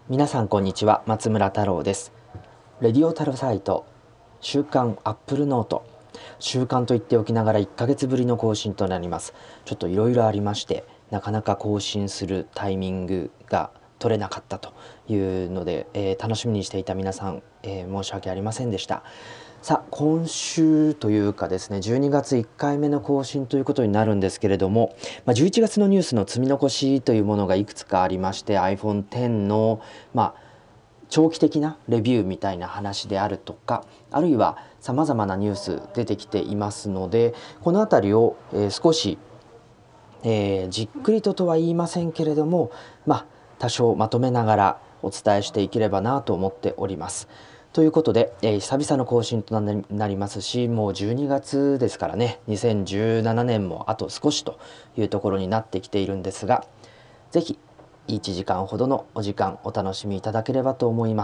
皆さんこんにちは、松村太郎です。レディオタルサイト週刊アップルノート、週刊と言っておきながら1ヶ月ぶりの更新となります。ちょっといろいろありましてなかなか更新するタイミングが取れなかったというので、楽しみにしていた皆さん、申し訳ありませんでした。さあ今週というかですね、12月1回目の更新ということになるんですけれども、11月のニュースの積み残しというものがいくつかありまして、 iPhone X の長期的なレビューみたいな話であるとか、あるいはさまざまなニュース出てきていますので、この辺りを、少し、じっくりとは言いませんけれども、多少まとめながらお伝えしていければなと思っております。ということで、久々の更新となりますし、もう12月ですからね、2017年もあと少しというところになってきているんですが、ぜひ1時間ほどのお時間お楽しみいただければと思います。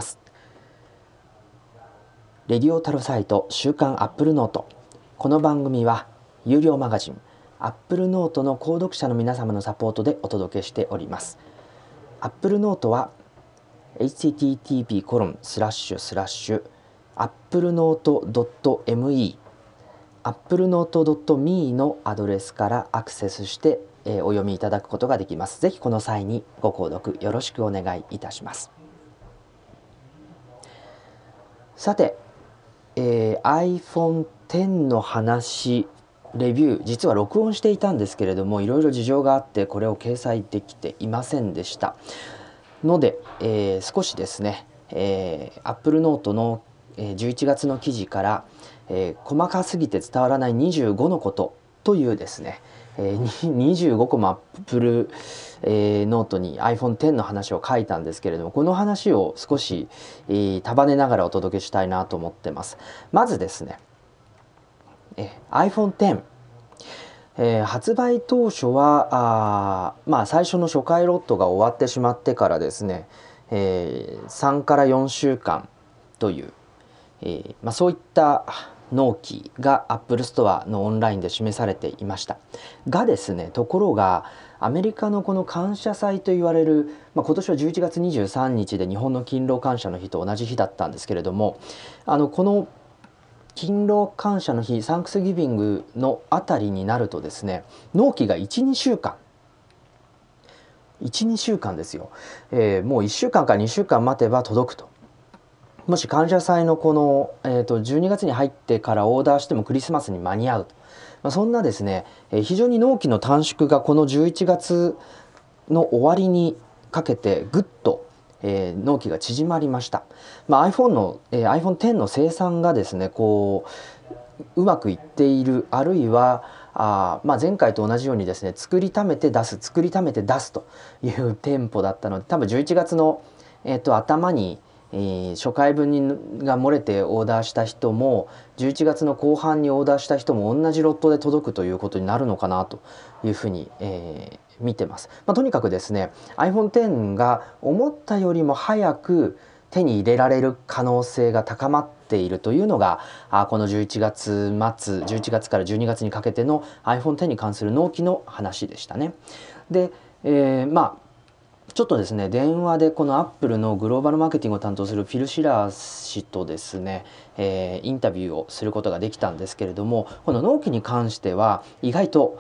レディオタルサイト週刊アップルノート。この番組は有料マガジンアップルノートの購読者の皆様のサポートでお届けしております。アップルノートは http://applenote.me applenote.me のアドレスからアクセスして、お読みいただくことができます。ぜひこの際にご購読よろしくお願いいたします。さて、iPhone X の話レビュー、実は録音していたんですけれども、いろいろ事情があってこれを掲載できていませんでしたので、少しですね、Apple Note の11月の記事から、細かすぎて伝わらない25のことというですね、25個も Apple、ノートに iPhone X の話を書いたんですけれども、この話を少し、束ねながらお届けしたいなと思ってます。まずですね、iPhone X、発売当初は最初の初回ロットが終わってしまってからですね、3から4週間という、そういった納期が Apple Store のオンラインで示されていましたがですね、ところがアメリカのこの感謝祭と言われる、今年は11月23日で日本の勤労感謝の日と同じ日だったんですけれども、この勤労感謝の日、サンクスギビングのあたりになるとですね、納期が1、2週間1、2週間ですよ、もう1週間か2週間待てば届くと。もし感謝祭のこの、12月に入ってからオーダーしてもクリスマスに間に合うと、そんなですね、非常に納期の短縮がこの11月の終わりにかけてぐっと納期が縮まりました。iPhone X の生産がですね、うまくいっている、あるいは前回と同じようにですね、作りためて出すというテンポだったので、多分11月の、頭に、初回分が漏れてオーダーした人も11月の後半にオーダーした人も同じロットで届くということになるのかなというふうに、見てます。とにかくですね、 iPhone X が思ったよりも早く手に入れられる可能性が高まっているというのがこの11月末、11月から12月にかけての iPhone X に関する納期の話でしたね。で、ちょっとですね、電話でこのアップルのグローバルマーケティングを担当するフィル・シラー氏とですね、インタビューをすることができたんですけれども、この納期に関しては意外と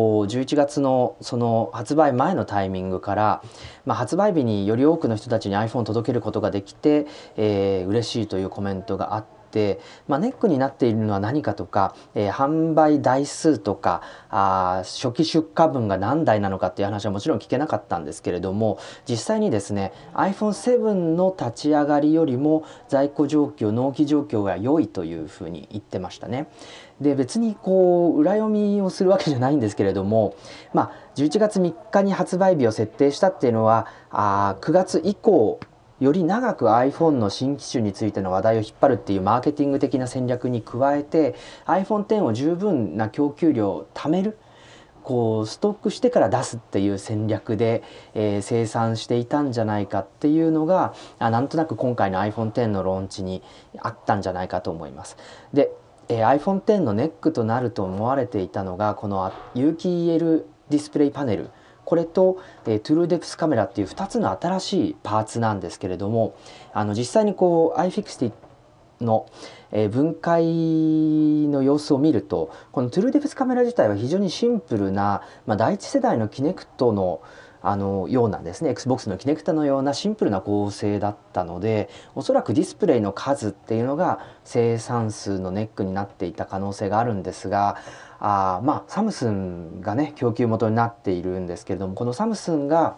11月のその発売前のタイミングから、発売日により多くの人たちに iPhone を届けることができて、嬉しいというコメントがあって、ネックになっているのは何かとか、販売台数とか初期出荷分が何台なのかっていう話はもちろん聞けなかったんですけれども、実際にですね iPhone7 の立ち上がりよりも在庫状況、納期状況が良いというふうに言ってましたね。で、別に裏読みをするわけじゃないんですけれども、11月3日に発売日を設定したっていうのは9月以降より長く iPhone の新機種についての話題を引っ張るっていうマーケティング的な戦略に加えて iPhone X を十分な供給量を貯める、ストックしてから出すっていう戦略で、生産していたんじゃないかっていうのがなんとなく今回の iPhone X のローンチにあったんじゃないかと思います。で、iPhone X のネックとなると思われていたのがこの有機 EL ディスプレイパネル、 これと、トゥルーデプスカメラっていう2つの新しいパーツなんですけれども、実際にこう iFixit の分解の様子を見ると、このトゥルーデプスカメラ自体は非常にシンプルな、第一世代のキネクトのようなですね Xbox のキネクトのようなシンプルな構成だったので、おそらくディスプレイの数っていうのが生産数のネックになっていた可能性があるんですが、サムスンがね供給元になっているんですけれども、このサムスンが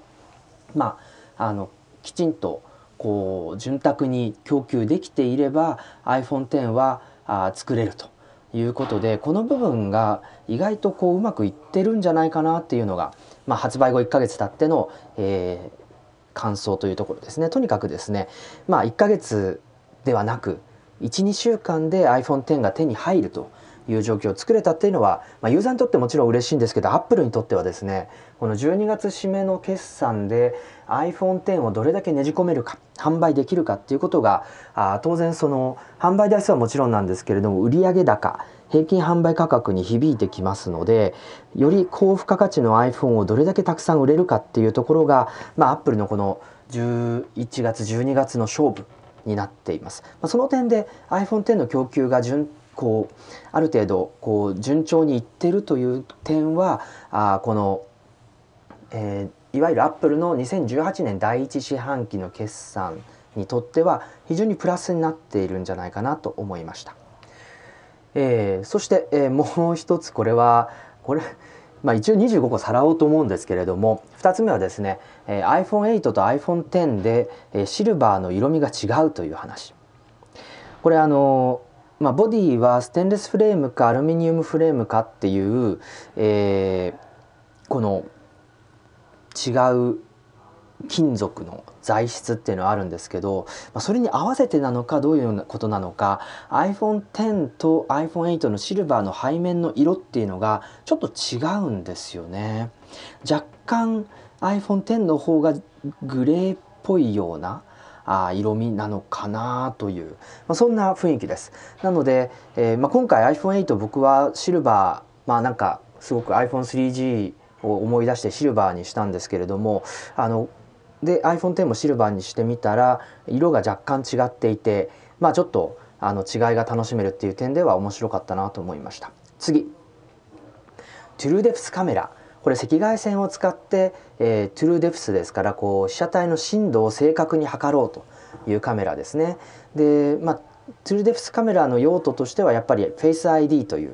きちんとこう潤沢に供給できていれば iPhone X は作れるということで、この部分が意外とこううまくいってるんじゃないかなっていうのが、発売後1ヶ月経っての、感想というところですね。とにかくですね、1ヶ月ではなく 1,2 週間で iPhone X が手に入るという状況を作れたっていうのは、ユーザーにとってもちろん嬉しいんですけど、アップルにとってはですね、この12月締めの決算で iPhone X をどれだけねじ込めるか、販売できるかっていうことが当然その販売台数はもちろんなんですけれども、売上高、平均販売価格に響いてきますので、より高付加価値の iPhone をどれだけたくさん売れるかっていうところが、アップルのこの11月12月の勝負になっています。その点で iPhone X の供給がある程度順調にいってるという点は、この、いわゆるアップルの2018年第一四半期の決算にとっては非常にプラスになっているんじゃないかなと思いました。そして、もう一つこれ、一応25個さらおうと思うんですけれども、2つ目はですね、iPhone8 と iPhone X で、シルバーの色味が違うという話。これボディはステンレスフレームかアルミニウムフレームかっていう、この違う金属の材質っていうのはあるんですけど、それに合わせてなのかどういうようなことなのか、 iPhone X と iPhone8 のシルバーの背面の色っていうのがちょっと違うんですよね。若干 iPhone X の方がグレーっぽいような色味なのかなという、そんな雰囲気です。なので、今回 iPhone8 僕はシルバー、なんかすごく iPhone3G を思い出してシルバーにしたんですけれども、で iPhone X もシルバーにしてみたら色が若干違っていて、ちょっと違いが楽しめるっていう点では面白かったなと思いました。次、トゥルーデプスカメラ。これ赤外線を使って、トゥルーデプスですから、被写体の深度を正確に測ろうというカメラですね。で、トゥルーデプスカメラの用途としてはやっぱり Face ID という、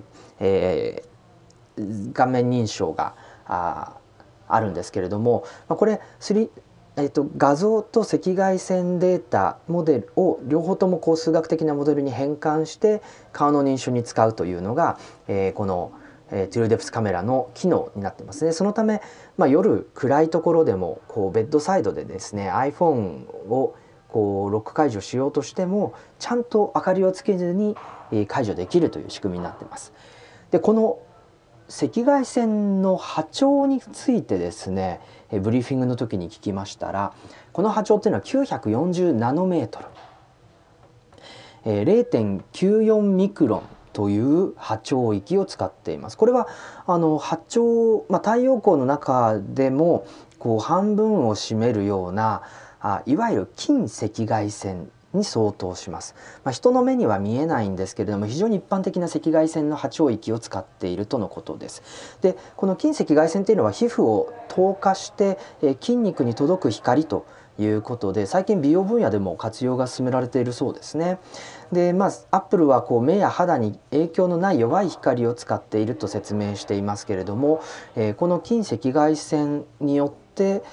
顔面認証があるんですけれども、これ画像と赤外線データモデルを両方とも数学的なモデルに変換して顔の認証に使うというのが、このトゥルーデプスカメラの機能になってますね。そのため、夜暗いところでもベッドサイドでですね iPhone をロック解除しようとしてもちゃんと明かりをつけずに解除できるという仕組みになっています。でこの赤外線の波長についてですね、ブリーフィングの時に聞きましたら、この波長っていうのは940ナノメートル、0.94 ミクロンという波長域を使っています。これは波長、太陽光の中でも半分を占めるようないわゆる近赤外線に相当します。人の目には見えないんですけれども、非常に一般的な赤外線の波長域を使っているとのことです。でこの近赤外線というのは皮膚を透過して筋肉に届く光ということで、最近美容分野でも活用が進められているそうですね。でアップルは目や肌に影響のない弱い光を使っていると説明していますけれども、この近赤外線によって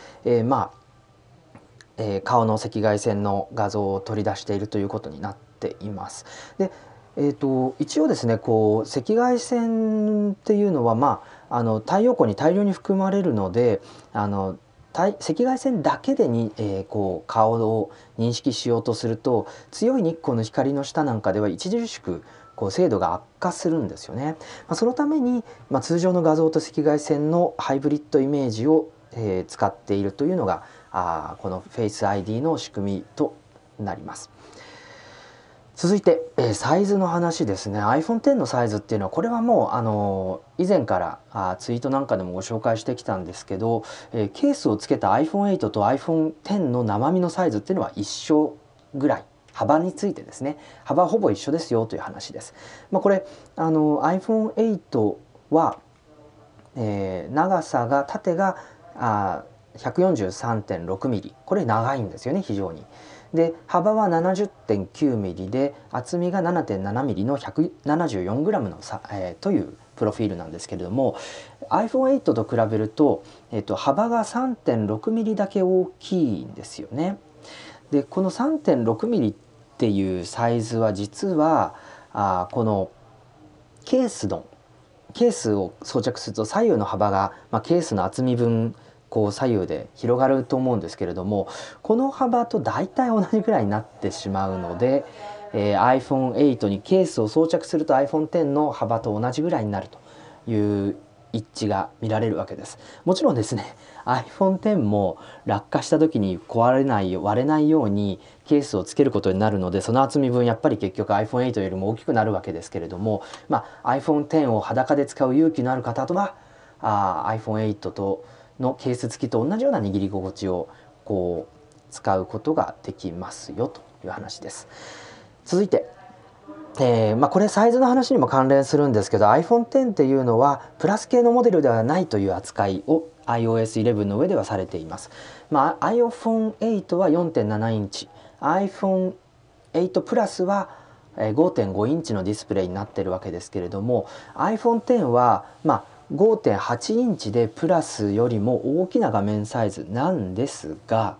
顔の赤外線の画像を取り出しているということになっています。で一応ですね赤外線っていうのは、太陽光に大量に含まれるので赤外線だけで顔を認識しようとすると、強い日光の光の下なんかでは著しく精度が悪化するんですよね。そのために、通常の画像と赤外線のハイブリッドイメージを、使っているというのがこの Face ID の仕組みとなります。 続いて、サイズの話ですね。 iPhone X のサイズっていうのは、これはもう以前からツイートなんかでもご紹介してきたんですけど、ケースをつけた iPhone 8と iPhone X の生身のサイズっていうのは一緒ぐらい、幅についてですね、幅はほぼ一緒ですよという話です。これiPhone 8は、長さが縦が143.6 ミリ、これ長いんですよね、非常に。で幅は 70.9 ミリで厚みが 7.7 ミリの174グラムのというプロフィールなんですけれども、 iPhone 8と比べると、幅が 3.6 ミリだけ大きいんですよね。でこの 3.6 ミリっていうサイズは、実はこのケースを装着すると左右の幅が、ケースの厚み分こう左右で広がると思うんですけれども、この幅と大体同じぐらいになってしまうので、iPhone 8にケースを装着すると iPhone X の幅と同じぐらいになるという一致が見られるわけです。もちろんですね、 iPhone X も落下した時に割れないようにケースをつけることになるので、その厚み分やっぱり結局 iPhone 8よりも大きくなるわけですけれども、iPhone X を裸で使う勇気のある方とはiPhone 8とのケース付きと同じような握り心地をこう使うことができますよという話です。続いて、これサイズの話にも関連するんですけど、 iPhone X っていうのはプラス系のモデルではないという扱いを iOS11 の上ではされています。iPhone 8は 4.7 インチ、 iPhone 8プラスは5.5 インチのディスプレイになっているわけですけれども、 iPhone X は5.8 インチでプラスよりも大きな画面サイズなんですが、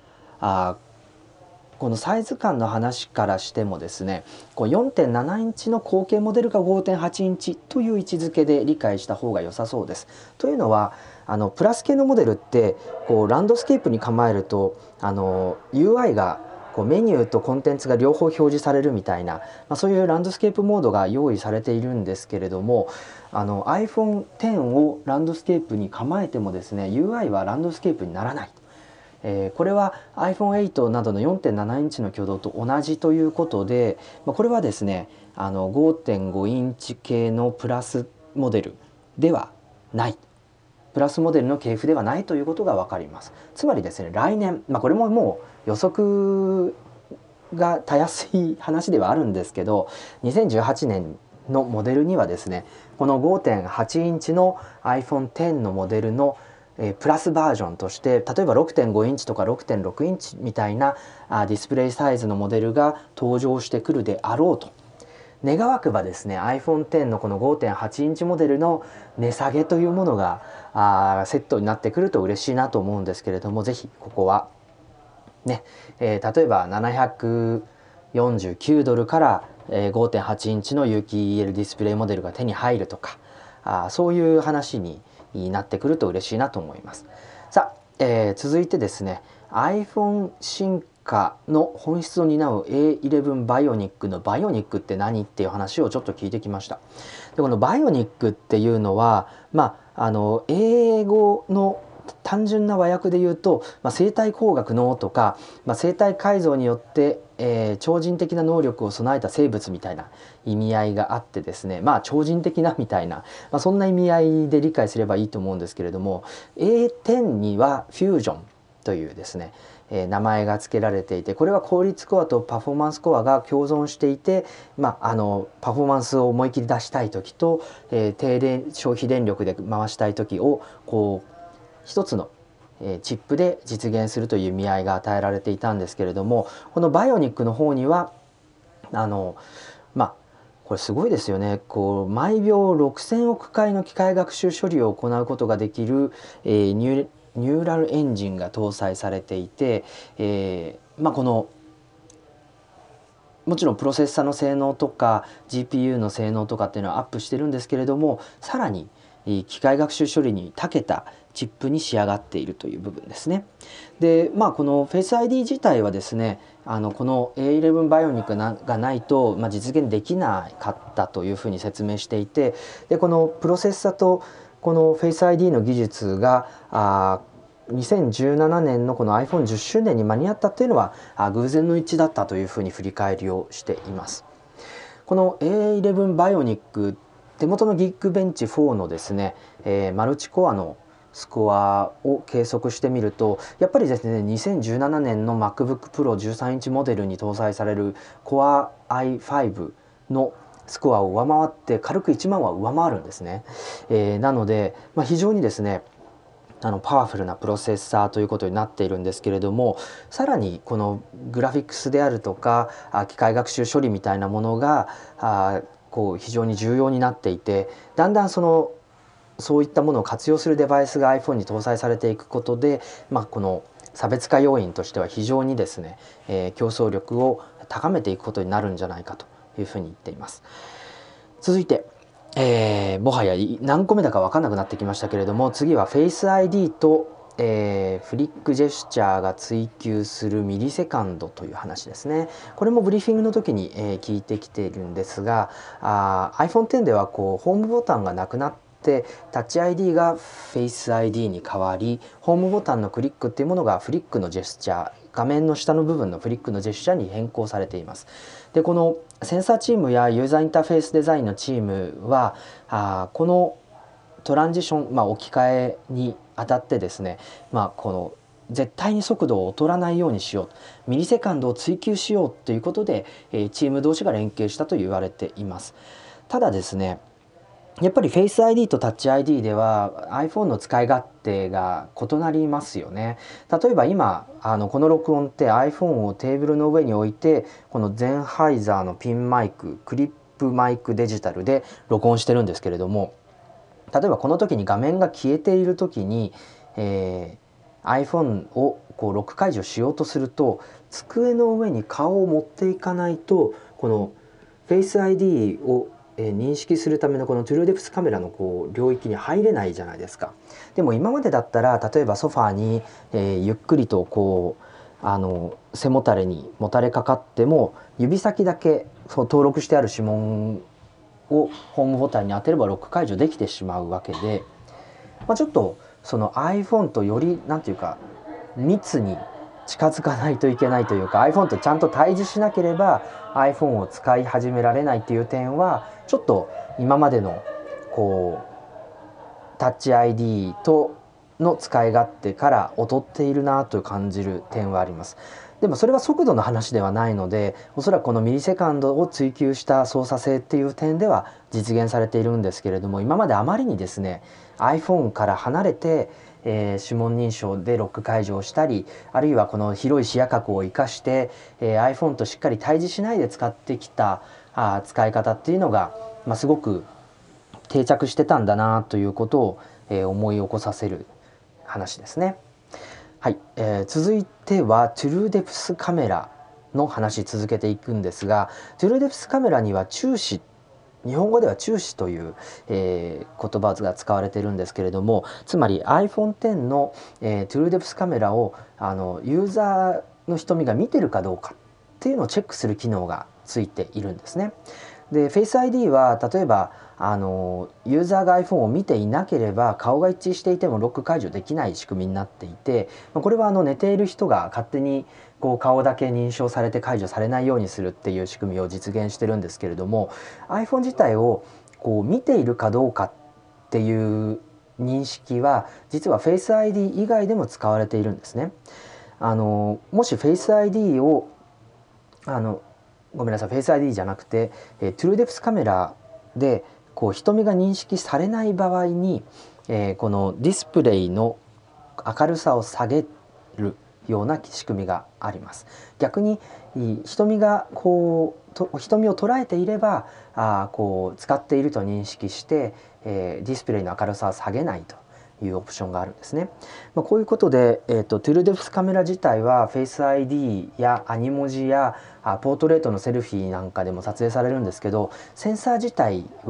このサイズ感の話からしてもですね、4.7 インチの後継モデルが 5.8 インチという位置づけで理解した方が良さそうです。というのはプラス系のモデルってランドスケープに構えるとUI がメニューとコンテンツが両方表示されるみたいな、そういうランドスケープモードが用意されているんですけれども、iPhone X をランドスケープに構えてもですね、 UI はランドスケープにならない。これは iPhone 8などの 4.7 インチの挙動と同じということで、これはですね5.5 インチ系のプラスモデルではない、プラスモデルの系譜ではないということが分かります。つまりですね、来年、これももう予測がたやすい話ではあるんですけど、2018年のモデルにはですね、この 5.8 インチの iPhone X のモデルのプラスバージョンとして、例えば 6.5 インチとか 6.6 インチみたいなディスプレイサイズのモデルが登場してくるであろうと願わくばですね、 iPhone X のこの 5.8 インチモデルの値下げというものがセットになってくると嬉しいなと思うんですけれども、ぜひここはね、例えば749ドルから、5.8 インチの有機 EL ディスプレイモデルが手に入るとか、そういう話になってくると嬉しいなと思います。さあ、続いてですね、 iPhone 進化の本質を担う A11 バイオニックのバイオニックって何っていう話をちょっと聞いてきました。でこのバイオニックっていうのは、英語の単純な和訳で言うと、生体工学のとか、生体改造によって、超人的な能力を備えた生物みたいな意味合いがあってですね、超人的なみたいな、そんな意味合いで理解すればいいと思うんですけれども、 A10 にはフュージョンというですね、名前が付けられていて、これは効率コアとパフォーマンスコアが共存していて、パフォーマンスを思い切り出したい時と、低電消費電力で回したい時を一つのチップで実現するという意味合いが与えられていたんですけれども、このバイオニックの方にはこれすごいですよね。毎秒6000億回の機械学習処理を行うことができる、ニューラルエンジンが搭載されていて、このもちろんプロセッサの性能とか GPU の性能とかっていうのはアップしてるんですけれども、さらに機械学習処理に長けたチップに仕上がっているという部分ですね。でこの Face ID 自体はですね、この A11 バイオニックがないと、実現できなかったというふうに説明していて、でこのプロセッサとこの Face ID の技術が 2017年のこの iPhone10 周年に間に合ったっていうのは偶然の一致だったというふうに振り返りをしています。この A11 バイオニック、手元の Geekbench 4のですね、マルチコアのスコアを計測してみると、やっぱりですね、2017年の MacBook Pro 13インチモデルに搭載される Core i5 のスコアを上回って、軽く1万は上回るんですね。なので、非常にですね、パワフルなプロセッサーということになっているんですけれども、さらにこのグラフィックスであるとか機械学習処理みたいなものがこう非常に重要になっていて、だんだんそういったものを活用するデバイスが iPhone に搭載されていくことで、この差別化要因としては非常にですね、競争力を高めていくことになるんじゃないかというふうに言っています。続いてもはや何個目だか分かんなくなってきましたけれども、次は Face ID と、フリックジェスチャーが追求するミリセカンドという話ですね。これもブリーフィングの時に、聞いてきているんですが、iPhone X ではこうホームボタンがなくなってタッチ ID が Face ID に変わり、ホームボタンのクリックっていうものがフリックのジェスチャー、画面の下の部分のフリックのジェスチャーに変更されています。でこのセンサーチームやユーザーインターフェースデザインのチームはこのトランジション、置き換えにあたってですね、この絶対に速度を劣らないようにしよう、ミリセカンドを追求しようということで、チーム同士が連携したと言われています。ただですね、やっぱり Face ID と Touch ID では iPhone の使い勝手が異なりますよね。例えば今この録音って iPhone をテーブルの上に置いて、このゼンハイザーのピンマイク、クリップマイクデジタルで録音してるんですけれども、例えばこの時に画面が消えている時に、iPhone をこうロック解除しようとすると、机の上に顔を持っていかないとこの Face ID を認識するためのこのトゥルーデプスカメラのこう領域に入れないじゃないですか。でも今までだったら、例えばソファーに、ゆっくりとこう背もたれにもたれかかっても、指先だけ登録してある指紋をホームボタンに当てればロック解除できてしまうわけで、ちょっとその iPhone とよりなんていうか密に近づかないといけないというか、 iPhone とちゃんと対峙しなければ iPhone を使い始められないっていう点は、ちょっと今までのこうタッチ ID との使い勝手から劣っているなと感じる点はあります。でもそれは速度の話ではないので、おそらくこのミリセカンドを追求した操作性っていう点では実現されているんですけれども、今まであまりにですね iPhone から離れて、指紋認証でロック解除をしたり、あるいはこの広い視野角を生かして、iPhone としっかり対峙しないで使ってきた使い方っていうのが、すごく定着してたんだなということを、思い起こさせる話ですね。はい、続いてはトゥルーデプスカメラの話続けていくんですが、トゥルーデプスカメラには注視、日本語では注視という、言葉が使われているんですけれども、つまり iPhone X の、トゥルーデプスカメラをユーザーの瞳が見てるかどうかっていうのをチェックする機能がついているんですね。で Face ID は例えばユーザーが iPhone を見ていなければ顔が一致していてもロック解除できない仕組みになっていて、これは寝ている人が勝手にこう顔だけ認証されて解除されないようにするっていう仕組みを実現してるんですけれども、 iPhone 自体をこう見ているかどうかっていう認識は実は Face ID 以外でも使われているんですね。もし Face ID をごめんなさい、Face ID じゃなくて、トゥルーデプスカメラでこう瞳が認識されない場合に、このディスプレイの明るさを下げるような仕組みがあります。逆に瞳がこう瞳を捉えていればこう使っていると認識して、ディスプレイの明るさを下げないというオプションがあるんですね。こういうことで、トゥルーデプスカメラ自体は Face ID やアニ文字やポートレートのセルフィーなんかでも撮影されるんですけど、センサー自体は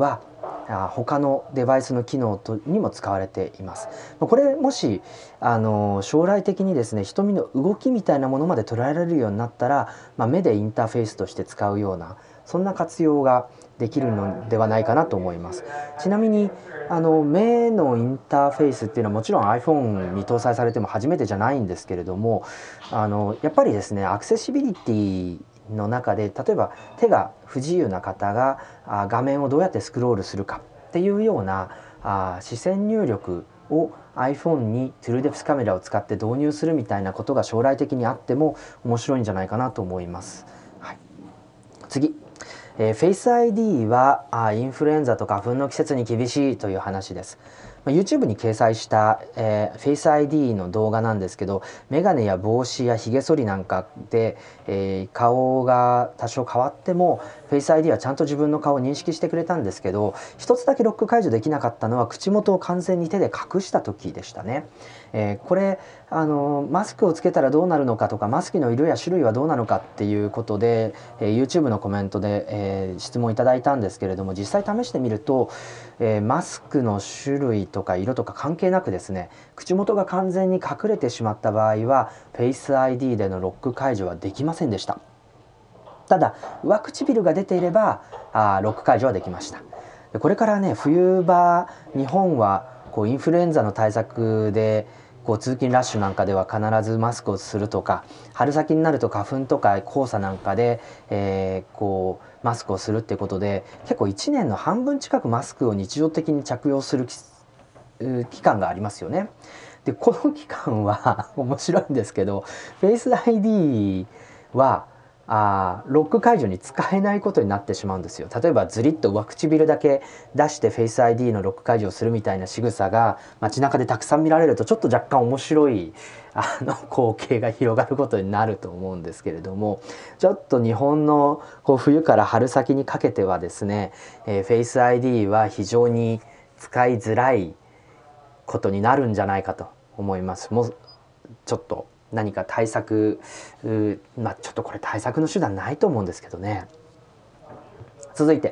他のデバイスの機能にも使われています。これもし将来的にですね、瞳の動きみたいなものまで捉えられるようになったら、目でインターフェースとして使うような、そんな活用ができるのではないかなと思います。ちなみに目のインターフェースっていうのはもちろん iPhone に搭載されても初めてじゃないんですけれども、やっぱりですね、アクセシビリティの中で、例えば手が不自由な方が画面をどうやってスクロールするかっていうような視線入力を iPhone に TrueDepth カメラを使って導入するみたいなことが将来的にあっても面白いんじゃないかなと思います。はい、次、Face ID はインフルエンザと花粉の季節に厳しいという話です。YouTube に掲載した、Face ID の動画なんですけど、メガネや帽子やひげ剃りなんかで、顔が多少変わっても Face ID はちゃんと自分の顔を認識してくれたんですけど、一つだけロック解除できなかったのは口元を完全に手で隠した時でしたね。これマスクをつけたらどうなるのかとか、マスクの色や種類はどうなのかっていうことで、YouTube のコメントで、質問いただいたんですけれども、実際試してみると、マスクの種類とか色とか関係なくですね、口元が完全に隠れてしまった場合は Face ID でのロック解除はできませんでした。ただ上唇が出ていればロック解除はできました。これからね、冬場日本はインフルエンザの対策で通勤ラッシュなんかでは必ずマスクをするとか、春先になると花粉とか黄砂なんかで、マスクをするっていうことで、結構1年の半分近くマスクを日常的に着用する期間がありますよね。でこの期間は面白いんですけど、Face ID はロック解除に使えないことになってしまうんですよ。例えばずりっと上唇だけ出して Face ID のロック解除をするみたいな仕草が街中でたくさん見られると、ちょっと若干面白い光景が広がることになると思うんですけれども、ちょっと日本の冬から春先にかけてはですね、Face ID は非常に使いづらいことになるんじゃないかと思います。もうちょっと何か対策、ちょっとこれ対策の手段ないと思うんですけどね。続いて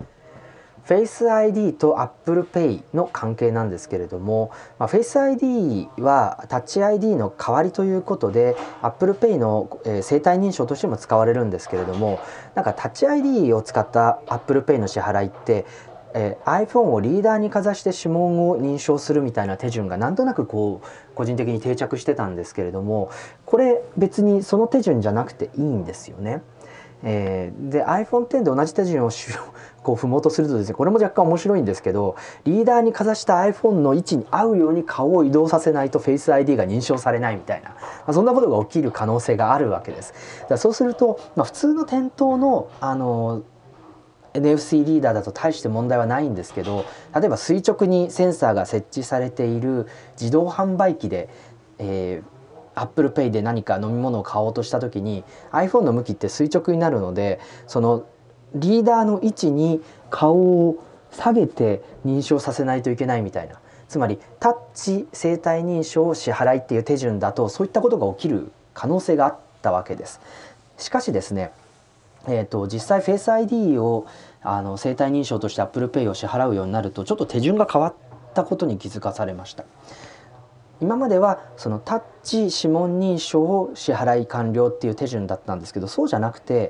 Face ID と Apple Pay の関係なんですけれども、Face ID は Touch ID の代わりということで Apple Pay の生体認証としても使われるんですけれども、なんか Touch ID を使った Apple Pay の支払いってiPhone をリーダーにかざして指紋を認証するみたいな手順がなんとなく個人的に定着してたんですけれども、これ別にその手順じゃなくていいんですよね。で iPhone X で同じ手順を踏もうとするとですね、これも若干面白いんですけど、リーダーにかざした iPhone の位置に合うように顔を移動させないと Face ID が認証されないみたいな、そんなことが起きる可能性があるわけです。だからそうすると、普通の店頭のNFC リーダーだと大して問題はないんですけど、例えば垂直にセンサーが設置されている自動販売機で、Apple Pay で何か飲み物を買おうとした時に iPhone の向きって垂直になるので、そのリーダーの位置に顔を下げて認証させないといけないみたいな、つまりタッチ生体認証支払いっていう手順だとそういったことが起きる可能性があったわけです。しかしですね、実際 Face ID を生体認証として Apple Pay を支払うようになると、ちょっと手順が変わったことに気づかされました。今まではそのタッチ指紋認証を支払い完了っていう手順だったんですけど、そうじゃなくて、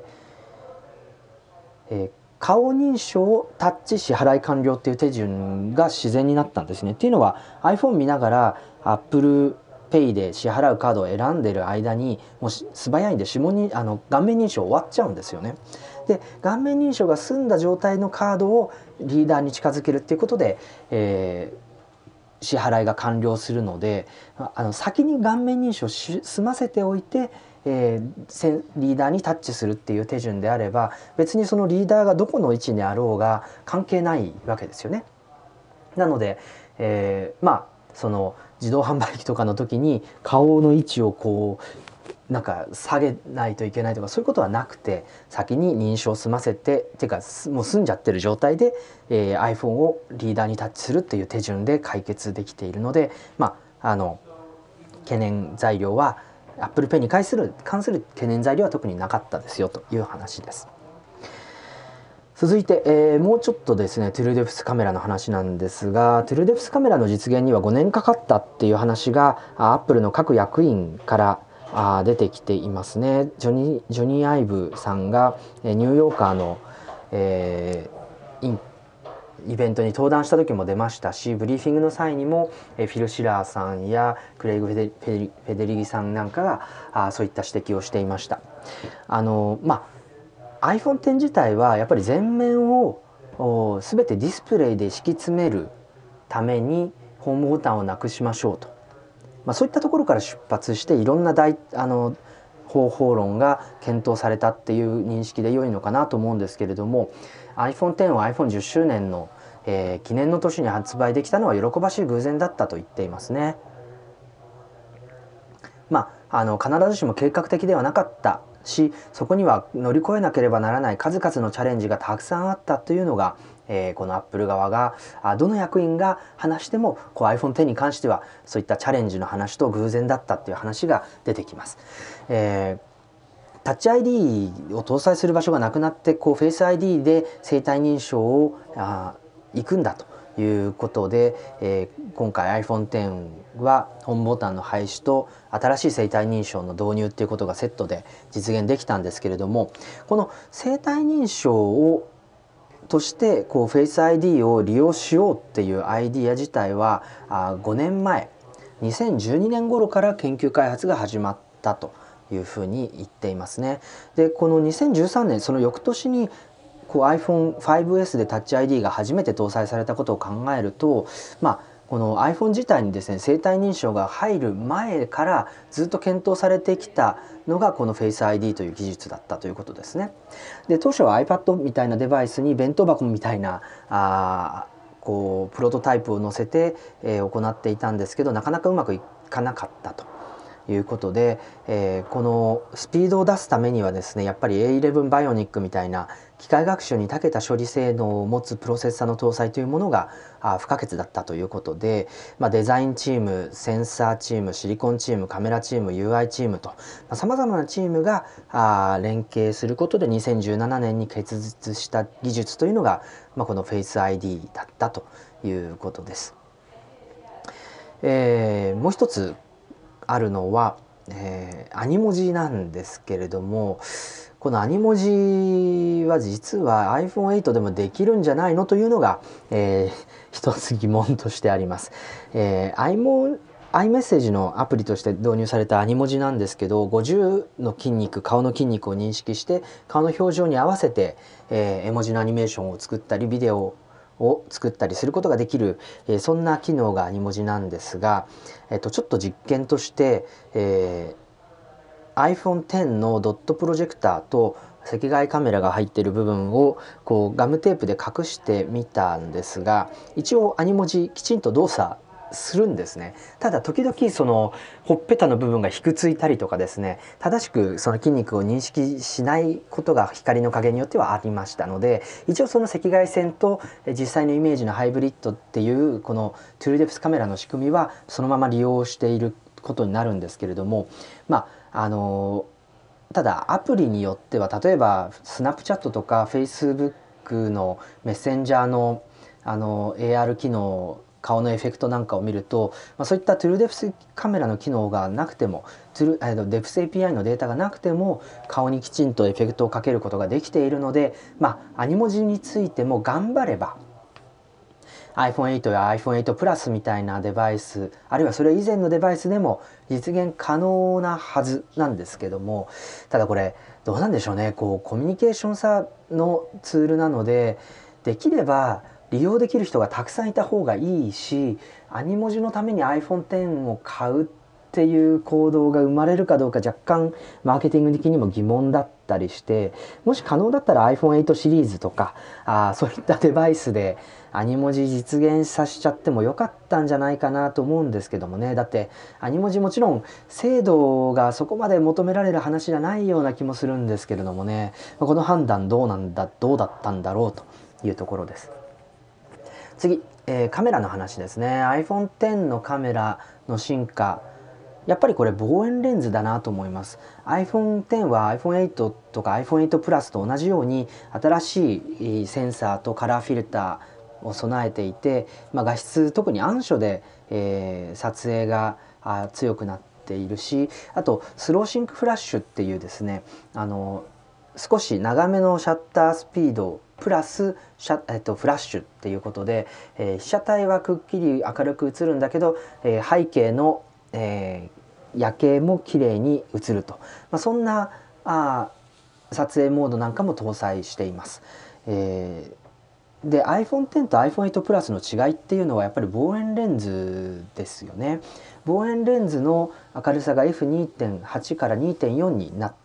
顔認証タッチ支払い完了っていう手順が自然になったんですね。っていうのは iPhone 見ながら Apple Pay で支払うカードを選んでる間にもう素早いんで顔面認証終わっちゃうんですよね。で顔面認証が済んだ状態のカードをリーダーに近づけるっていうことで、支払いが完了するので、先に顔面認証済ませておいて、リーダーにタッチするっていう手順であれば、別にそのリーダーがどこの位置にあろうが関係ないわけですよね。なので、その自動販売機とかの時に顔の位置をなんか下げないといけないとか、そういうことはなくて、先に認証済ませていうかもう済んじゃってる状態で、iPhone をリーダーにタッチするっていう手順で解決できているので、懸念材料は Apple Pay に関する懸念材料は特になかったですよという話です。 続いて、もうちょっとですねトゥルーデプスカメラの話なんですが、トゥルーデプスカメラの実現には5年かかったっていう話がアップルの各役員から出てきていますね。ジョニー・アイブさんがニューヨーカーの、イベントに登壇した時も出ましたし、ブリーフィングの際にもフィル・シラーさんやクレイグ・フェデリギさんなんかがそういった指摘をしていました。iPhone X 自体はやっぱり前面を全てディスプレイで敷き詰めるためにホームボタンをなくしましょうと、そういったところから出発していろんな方法論が検討されたっていう認識で良いのかなと思うんですけれども、 iPhone X を iPhone10 周年の、記念の年に発売できたのは喜ばしい偶然だったと言っていますね。必ずしも計画的ではなかったし、そこには乗り越えなければならない数々のチャレンジがたくさんあったというのが、このアップル側がどの役員が話してもiPhone X に関してはそういったチャレンジの話と偶然だったっていう話が出てきます。タッチ ID を搭載する場所がなくなってフェイス ID で生体認証を行くんだということで、今回 iPhone X はホームボタンの廃止と新しい生体認証の導入っていうことがセットで実現できたんですけれども、この生体認証としてフェイス ID を利用しようっていうアイディア自体は5年前2012年頃から研究開発が始まったというふうに言っていますね。でこの2013年その翌年にiPhone5S でタッチ ID が初めて搭載されたことを考えると、この iPhone 自体にですね生体認証が入る前からずっと検討されてきたのがこの Face ID という技術だったということですね。で当初は iPad みたいなデバイスに弁当箱みたいなプロトタイプを載せて、行っていたんですけど、なかなかうまくいかなかったということで、このスピードを出すためにはですねやっぱり A11 バイオニックみたいな機械学習に長けた処理性能を持つプロセッサーの搭載というものが不可欠だったということで、デザインチーム、センサーチーム、シリコンチーム、カメラチーム、UI チームとさまざまなチームが連携することで2017年に結実した技術というのが、この Face ID だったということです。もう一つあるのは、アニ文字なんですけれども、このアニ文字は実は iPhone8 でもできるんじゃないのというのが、一つ疑問としてあります。iMessage のアプリとして導入されたアニ文字なんですけど、50の筋肉、顔の筋肉を認識して顔の表情に合わせて、絵文字のアニメーションを作ったりビデオを作ったりすることができる、そんな機能がアニ文字なんですが、ちょっと実験として、iPhone X のドットプロジェクターと赤外カメラが入っている部分をガムテープで隠してみたんですが、一応アニ文字きちんと動作するんですね。ただ時々そのほっぺたの部分がひくついたりとかですね、正しくその筋肉を認識しないことが光の加減によってはありましたので、一応その赤外線と実際のイメージのハイブリッドっていうこのトゥルーデプスカメラの仕組みはそのまま利用していることになるんですけれども、ただアプリによっては例えばスナップチャットとか Facebook のメッセンジャーのAR 機能、顔のエフェクトなんかを見ると、そういったトゥルーデプスカメラの機能がなくてもデプス API のデータがなくても顔にきちんとエフェクトをかけることができているので、アニ文字についても頑張れば iPhone8 や iPhone8 プラスみたいなデバイス、あるいはそれ以前のデバイスでも実現可能なはずなんですけども、ただこれどうなんでしょうね。コミュニケーション差のツールなので、できれば利用できる人がたくさんいた方がいいし、アニ文字のために iPhone X を買うっていう行動が生まれるかどうか若干マーケティング的にも疑問だったりして、もし可能だったら iPhone8 シリーズとかそういったデバイスでアニ文字実現させちゃってもよかったんじゃないかなと思うんですけどもね。だってアニ文字もちろん精度がそこまで求められる話じゃないような気もするんですけれどもね、この判断どうだったんだろうというところです。次、カメラの話ですね。iPhone X のカメラの進化やっぱりこれ望遠レンズだなと思います。 iPhone X は iPhone8 とか iPhone8 プラスと同じように新しいセンサーとカラーフィルターを備えていて、画質特に暗所で、撮影が強くなっているし、あとスローシンクフラッシュっていうですね、少し長めのシャッタースピードプラスフラッシュっていうことで、被写体はくっきり明るく映るんだけど、背景の、夜景も綺麗に映ると、そんな撮影モードなんかも搭載しています。で iPhone X と iPhone8 プラスの違いっていうのはやっぱり望遠レンズですよね。望遠レンズの明るさが F2.8 から 2.4 になって、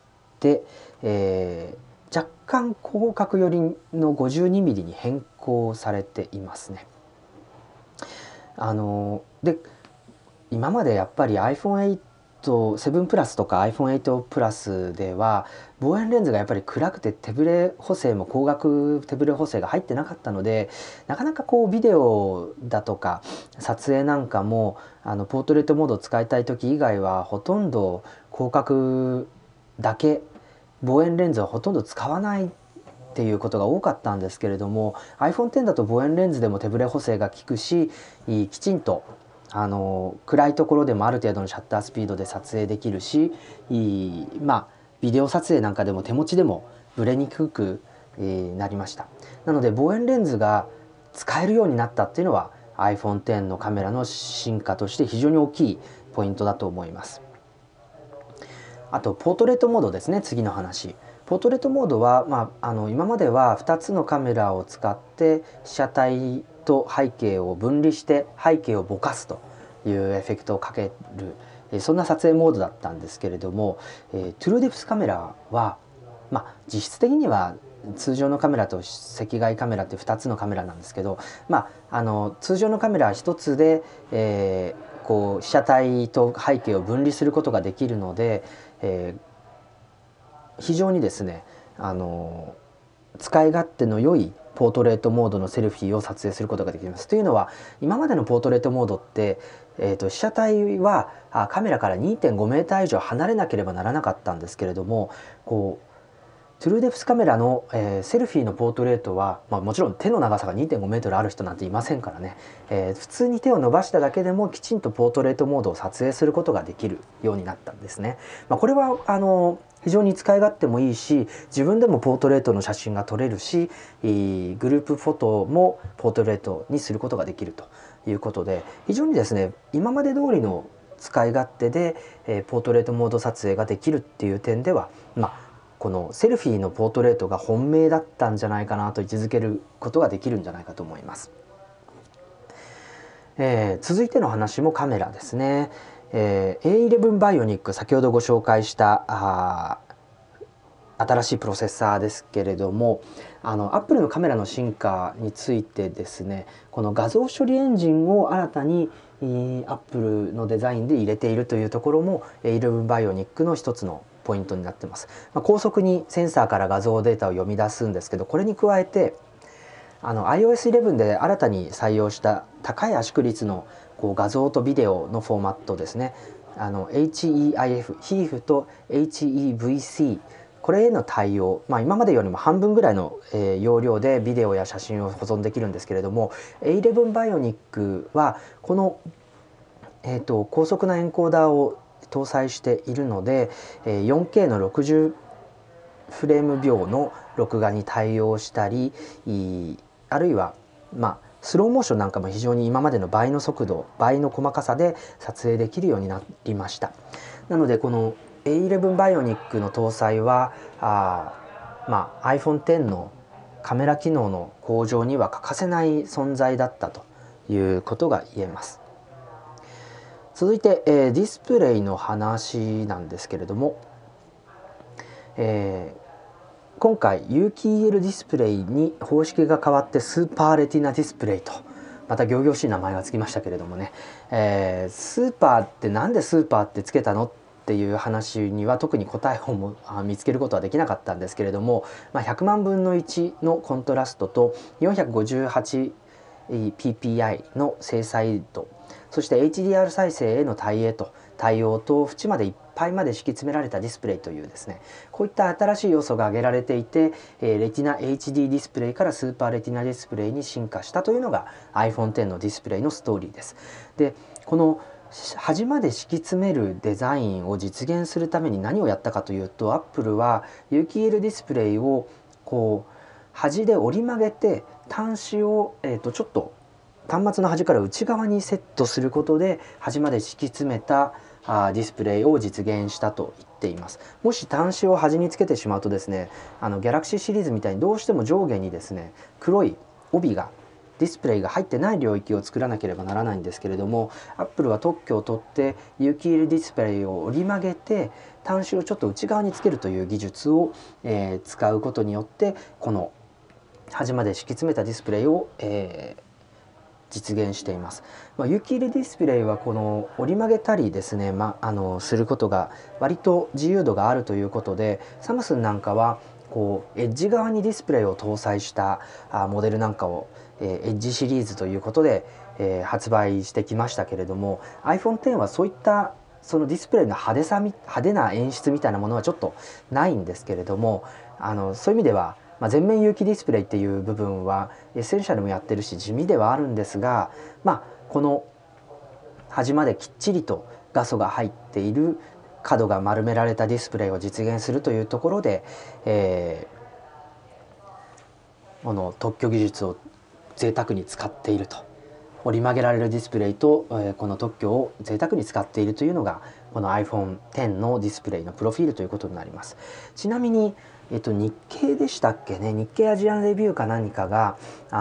若干広角寄りの 52mm に変更されていますね。で今までやっぱり iPhone7 プラスとか iPhone8 プラスでは望遠レンズがやっぱり暗くて手ブレ補正も光学手ブレ補正が入ってなかったので、なかなかビデオだとか撮影なんかもポートレートモードを使いたい時以外はほとんど広角だけ、望遠レンズはほとんど使わないっていうことが多かったんですけれども、 iPhone X だと望遠レンズでも手ブレ補正が効くし、きちんと暗いところでもある程度のシャッタースピードで撮影できるし、ビデオ撮影なんかでも手持ちでもブレにくくなりました。なので望遠レンズが使えるようになったっていうのは iPhone X のカメラの進化として非常に大きいポイントだと思います。あとポートレートモードですね。次の話、ポートレートモードは、今までは2つのカメラを使って被写体と背景を分離して背景をぼかすというエフェクトをかける、そんな撮影モードだったんですけれども、トゥルーデプスカメラは、実質的には通常のカメラと赤外カメラって2つのカメラなんですけど、通常のカメラは1つで、被写体と背景を分離することができるので、非常にですね使い勝手の良いポートレートモードのセルフィーを撮影することができます。というのは今までのポートレートモードって、被写体はカメラから 2.5 メーター以上離れなければならなかったんですけれども、トゥルーデプスカメラの、セルフィーのポートレートは、もちろん手の長さが 2.5 メートルある人なんていませんからね、普通に手を伸ばしただけでもきちんとポートレートモードを撮影することができるようになったんですね。これは非常に使い勝手もいいし、自分でもポートレートの写真が撮れるし、グループフォトもポートレートにすることができるということで、非常にですね今まで通りの使い勝手で、ポートレートモード撮影ができるっていう点では、このセルフィーのポートレートが本命だったんじゃないかなと位置づけることができるんじゃないかと思います。続いての話もカメラですね。A11 バイオニック、先ほどご紹介した新しいプロセッサーですけれども、アップルのカメラの進化についてですね、この画像処理エンジンを新たにアップルのデザインで入れているというところも A11 バイオニックの一つのポイントになってます。高速にセンサーから画像データを読み出すんですけど、これに加えてiOS11 で新たに採用した高い圧縮率の画像とビデオのフォーマットですね、HEIF と HEVC、 これへの対応、今までよりも半分ぐらいの、容量でビデオや写真を保存できるんですけれども、 A11 バイオニックはこの、高速なエンコーダーを搭載しているので、4K の60フレーム秒の録画に対応したり、あるいはスローモーションなんかも非常に今までの倍の速度、倍の細かさで撮影できるようになりました。なのでこの A11 バイオニックの搭載はiPhone X のカメラ機能の向上には欠かせない存在だったということが言えます。続いて、ディスプレイの話なんですけれども、今回有機 EL ディスプレイに方式が変わってスーパーレティナディスプレイと、また仰々しい名前がつきましたけれどもね、スーパーってなんでスーパーってつけたのっていう話には特に答えをも見つけることはできなかったんですけれども、100万分の1のコントラストと 458ppi の精細度、そして HDR 再生への対対応と縁までいっぱいまで敷き詰められたディスプレイというですね、こういった新しい要素が挙げられていて、レティナ HD ディスプレイからスーパーレティナディスプレイに進化したというのが iPhone X のディスプレイのストーリーです。でこの端まで敷き詰めるデザインを実現するために何をやったかというと、アップルは有機 EL ディスプレイをこう端で折り曲げて端子を、ちょっと端末の端から内側にセットすることで端まで敷き詰めたディスプレイを実現したと言っています。もし端子を端につけてしまうとですね、ギャラクシーシリーズみたいにどうしても上下にですね黒い帯がディスプレイが入ってない領域を作らなければならないんですけれども、アップルは特許を取って有機 EL ディスプレイを折り曲げて端子をちょっと内側につけるという技術を、使うことによってこの端まで敷き詰めたディスプレイを、実現しています。有機 EL ディスプレイはこの折り曲げたりですね、することが割と自由度があるということで、サムスンなんかはこうエッジ側にディスプレイを搭載したモデルなんかをエッジシリーズということで、発売してきましたけれども、 iPhone X はそういったそのディスプレイの派手な演出みたいなものはちょっとないんですけれども、そういう意味では、全面有機ディスプレイっていう部分はエッセンシャルもやってるし地味ではあるんですが、この端まできっちりと画素が入っている角が丸められたディスプレイを実現するというところで、この特許技術を贅沢に使っていると、折り曲げられるディスプレイと、この特許を贅沢に使っているというのがこの iPhone X のディスプレイのプロフィールということになります。ちなみに、日経でしたっけね、日経アジアンレビューか何かが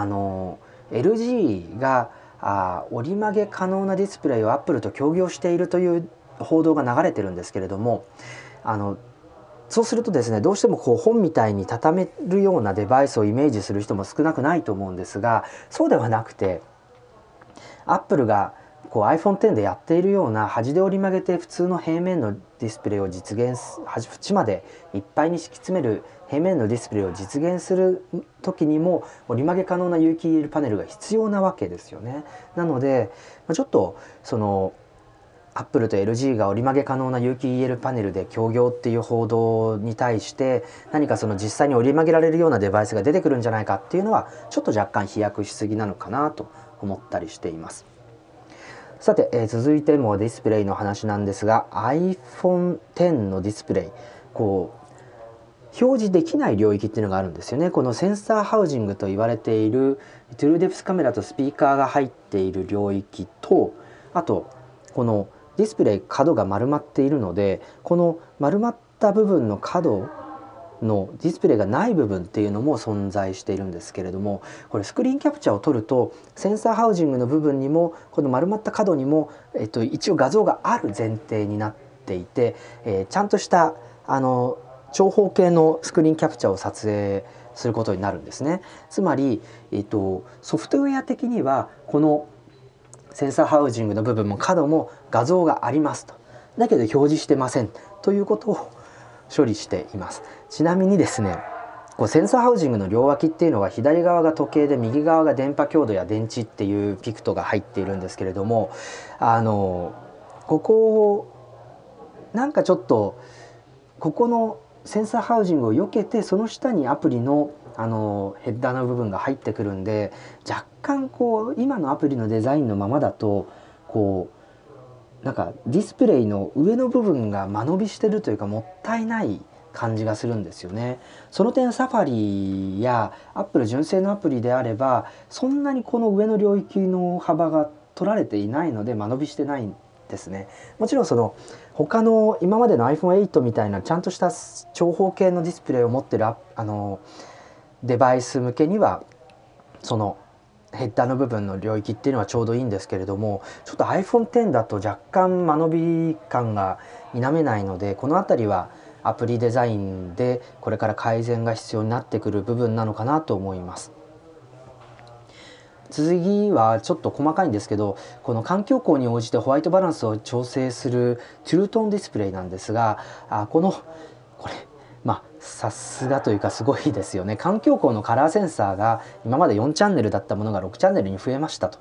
LG が折り曲げ可能なディスプレイをアップルと協業しているという報道が流れてるんですけれども、そうするとですね、どうしてもこう本みたいに畳めるようなデバイスをイメージする人も少なくないと思うんですが、そうではなくてアップルがこう iPhone X でやっているような端で折り曲げて普通の平面のディスプレイを実現縁までいっぱいに敷き詰める平面のディスプレイを実現する時にも折り曲げ可能な有機 EL パネルが必要なわけですよね。なのでちょっとそのアップルと LG が折り曲げ可能な有機 EL パネルで協業っていう報道に対して何かその実際に折り曲げられるようなデバイスが出てくるんじゃないかっていうのはちょっと若干飛躍しすぎなのかなと思ったりしています。さて、続いてもディスプレイの話なんですが、 iPhone X のディスプレイこう表示できない領域っていうのがあるんですよね。このセンサーハウジングと言われているトゥルーデプスカメラとスピーカーが入っている領域と、あとこのディスプレイ角が丸まっているので、この丸まった部分の角のディスプレイがない部分っていうのも存在しているんですけれども、これスクリーンキャプチャーを撮るとセンサーハウジングの部分にもこの丸まった角にも、一応画像がある前提になっていて、ちゃんとした長方形のスクリーンキャプチャーを撮影することになるんですね。つまり、ソフトウェア的にはこのセンサーハウジングの部分も角も画像がありますと、だけど表示してませんということを処理しています。ちなみにですね、こうセンサーハウジングの両脇っていうのは左側が時計で右側が電波強度や電池っていうピクトが入っているんですけれども、ここをなんかちょっとここのセンサーハウジングを避けてその下にアプリのヘッダーの部分が入ってくるんで、若干こう今のアプリのデザインのままだとこうなんかディスプレイの上の部分が間延びしてるというかもったいない感じがするんですよね。その点サファリやアップル純正のアプリであればそんなにこの上の領域の幅が取られていないので間延びしてないんですね。もちろんその他の今までの iPhone8 みたいなちゃんとした長方形のディスプレイを持ってるデバイス向けにはそのヘッダーの部分の領域っていうのはちょうどいいんですけれども、ちょっと iPhone X だと若干間延び感が否めないので、この辺りはアプリデザインでこれから改善が必要になってくる部分なのかなと思います。次はちょっと細かいんですけど、この環境光に応じてホワイトバランスを調整するトゥルートーンディスプレイなんですが、これさすがというかすごいですよね。環境光のカラーセンサーが今まで4チャンネルだったものが6チャンネルに増えましたと。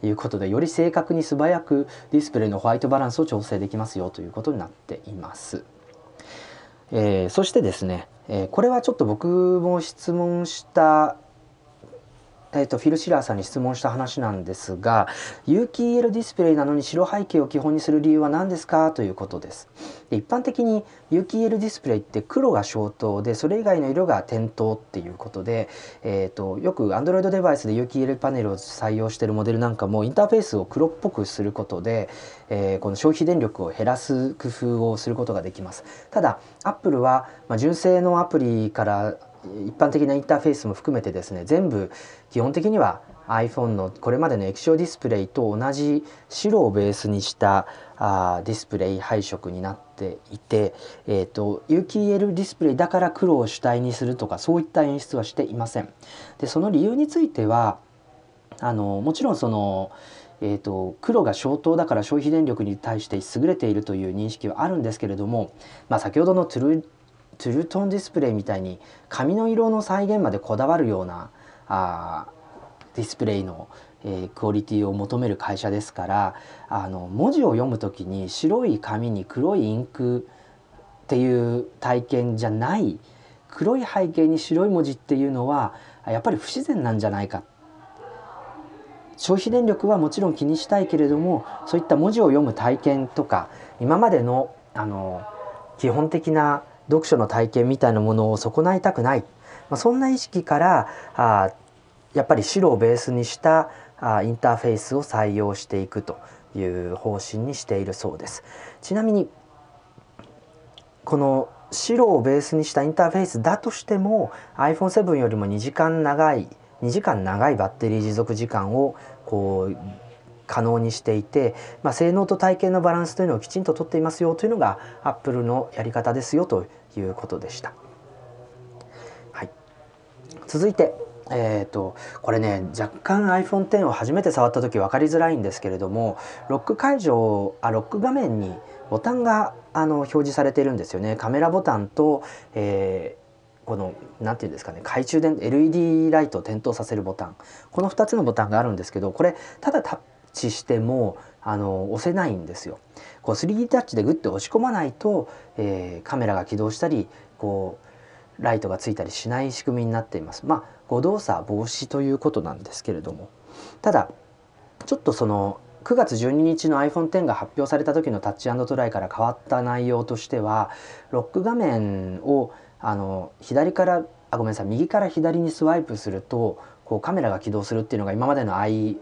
いうことで、より正確に素早くディスプレイのホワイトバランスを調整できますよということになっています。そしてですね、これはちょっと僕も質問したフィル・シラーさんに質問した話なんですが、有機 EL ディスプレイなのに白背景を基本にする理由は何ですかということです。一般的に有機 EL ディスプレイって黒が消灯で、それ以外の色が点灯っていうことで、よく Android デバイスで有機 EL パネルを採用しているモデルなんかもインターフェースを黒っぽくすることで、この消費電力を減らす工夫をすることができます。ただ Apple は、純正のアプリから一般的なインターフェースも含めてですね、全部基本的には iPhone のこれまでの液晶ディスプレイと同じ白をベースにしたディスプレイ配色になっていて、有機 EL ディスプレイだから黒を主体にするとか、そういった演出はしていません。でその理由についてはもちろんその黒が消灯だから消費電力に対して優れているという認識はあるんですけれども、先ほどのトゥルートーンディスプレイみたいに紙の色の再現までこだわるようなディスプレイの、クオリティを求める会社ですから、文字を読む時に白い紙に黒いインクっていう体験じゃない、黒い背景に白い文字っていうのはやっぱり不自然なんじゃないか。消費電力はもちろん気にしたいけれども、そういった文字を読む体験とか今までの基本的な読書の体験みたいなものを損ないたくない、そんな意識からやっぱり白をベースにしたインターフェースを採用していくという方針にしているそうです。ちなみにこの白をベースにしたインターフェースだとしても iPhone7 よりも2時間長いバッテリー持続時間を可能にしていて、性能と体験のバランスというのをきちんととっていますよというのが Apple のやり方ですよということでした。はい、続いて、これね若干 iPhone X を初めて触った時分かりづらいんですけれども、ロック画面にボタンが表示されているんですよね。カメラボタンと、この何て言うんですかね、懐中電 LED ライトを点灯させるボタン、この2つのボタンがあるんですけど、これただタッチしても押せないんですよ。3D タッチでグッと押し込まないと、カメラが起動したりライトがついたりしない仕組みになっています。誤動作防止ということなんですけれども、ただちょっとその9月12日の iPhone X が発表された時のタッチ&トライから変わった内容としては、ロック画面を右から左にスワイプするとカメラが起動するっていうのが今までの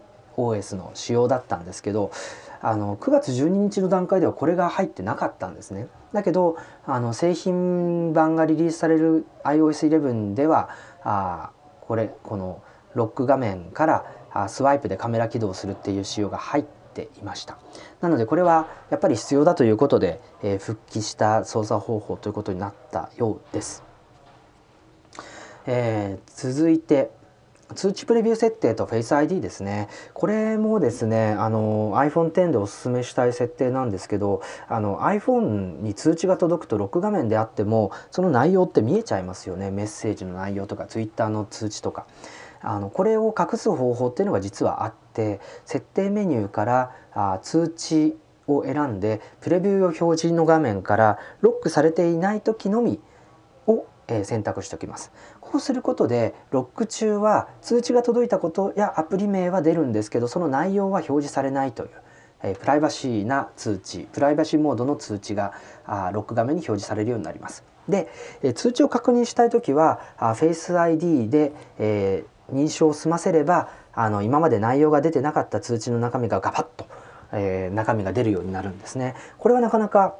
iOS の仕様だったんですけど、9月12日の段階ではこれが入ってなかったんですね。だけど製品版がリリースされる iOS11 ではこのロック画面からスワイプでカメラ起動するっていう仕様が入っていました。なのでこれはやっぱり必要だということで、復帰した操作方法ということになったようです。続いて通知プレビュー設定と Face ID ですね。これもですねiPhone X でおすすめしたい設定なんですけど、iPhone に通知が届くとロック画面であってもその内容って見えちゃいますよね。メッセージの内容とか Twitter の通知とか。これを隠す方法っていうのが実はあって、設定メニューから通知を選んでプレビュー用表示の画面からロックされていない時のみを選択しておきます。こうすることでロック中は通知が届いたことやアプリ名は出るんですけど、その内容は表示されないという、プライバシーな通知、プライバシーモードの通知がロック画面に表示されるようになります。で、通知を確認したいときはFace ID で、認証を済ませれば今まで内容が出てなかった通知の中身がガパッと、中身が出るようになるんですね。これはなかなか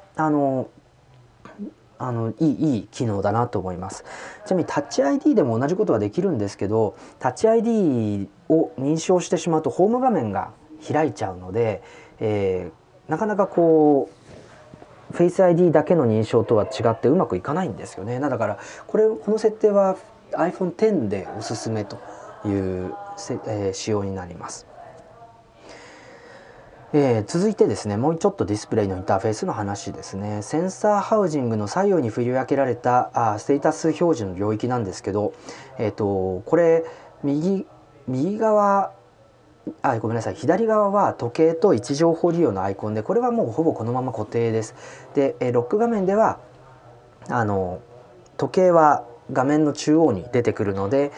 いい機能だなと思います。ちなみにタッチ ID でも同じことはできるんですけど、タッチ ID を認証してしまうとホーム画面が開いちゃうので、なかなかFace ID だけの認証とは違ってうまくいかないんですよね。だからこの設定は iPhone X でおすすめという、仕様になります。続いてですね、もうちょっとディスプレイのインターフェースの話ですね。センサーハウジングの左右に振り分けられたステータス表示の領域なんですけど、これ右側ごめんなさい、左側は時計と位置情報利用のアイコンで、これはもうほぼこのまま固定です。でロック画面では時計は画面の中央に出てくるので、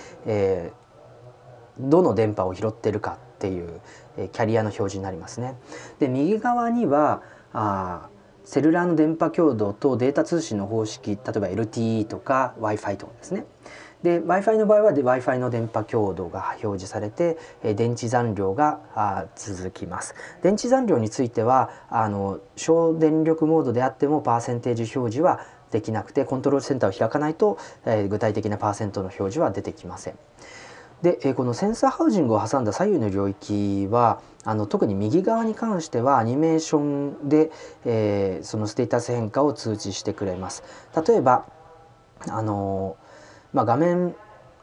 どの電波を拾っているかっていうキャリアの表示になりますね。で右側にはセルラーの電波強度とデータ通信の方式、例えば LTE とか Wi-Fi とかですね。で Wi-Fi の場合は Wi-Fi の電波強度が表示されて、電池残量が続きます。電池残量については省電力モードであってもパーセンテージ表示はできなくて、コントロールセンターを開かないと、具体的なパーセントの表示は出てきません。でこのセンサーハウジングを挟んだ左右の領域は特に右側に関してはアニメーションで、そのステータス変化を通知してくれます。例えば画面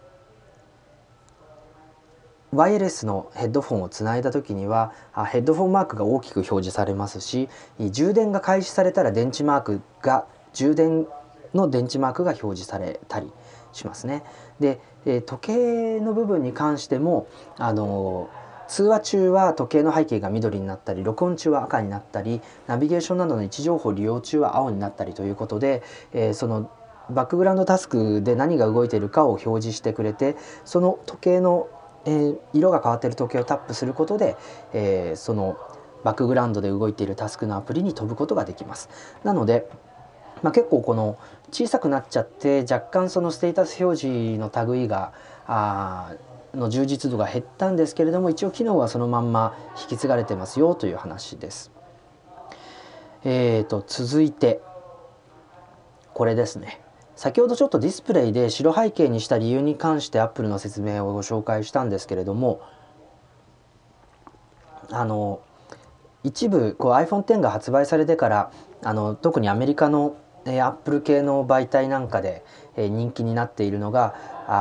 ワイヤレスのヘッドフォンをつないだ時にはヘッドフォンマークが大きく表示されますし、充電が開始されたら充電の電池マークが表示されたりしますね。で時計の部分に関しても通話中は時計の背景が緑になったり、録音中は赤になったり、ナビゲーションなどの位置情報利用中は青になったりということで、そのバックグラウンドタスクで何が動いているかを表示してくれて、その時計の、色が変わっている時計をタップすることで、そのバックグラウンドで動いているタスクのアプリに飛ぶことができます。なので結構この小さくなっちゃって若干そのステータス表示の類がの充実度が減ったんですけれども、一応機能はそのまんま引き継がれてますよという話です。続いてこれですね。先ほどちょっとディスプレイで白背景にした理由に関して Apple の説明をご紹介したんですけれども、一部iPhone X が発売されてから特にアメリカのApple 系の媒体なんかで人気になっているのが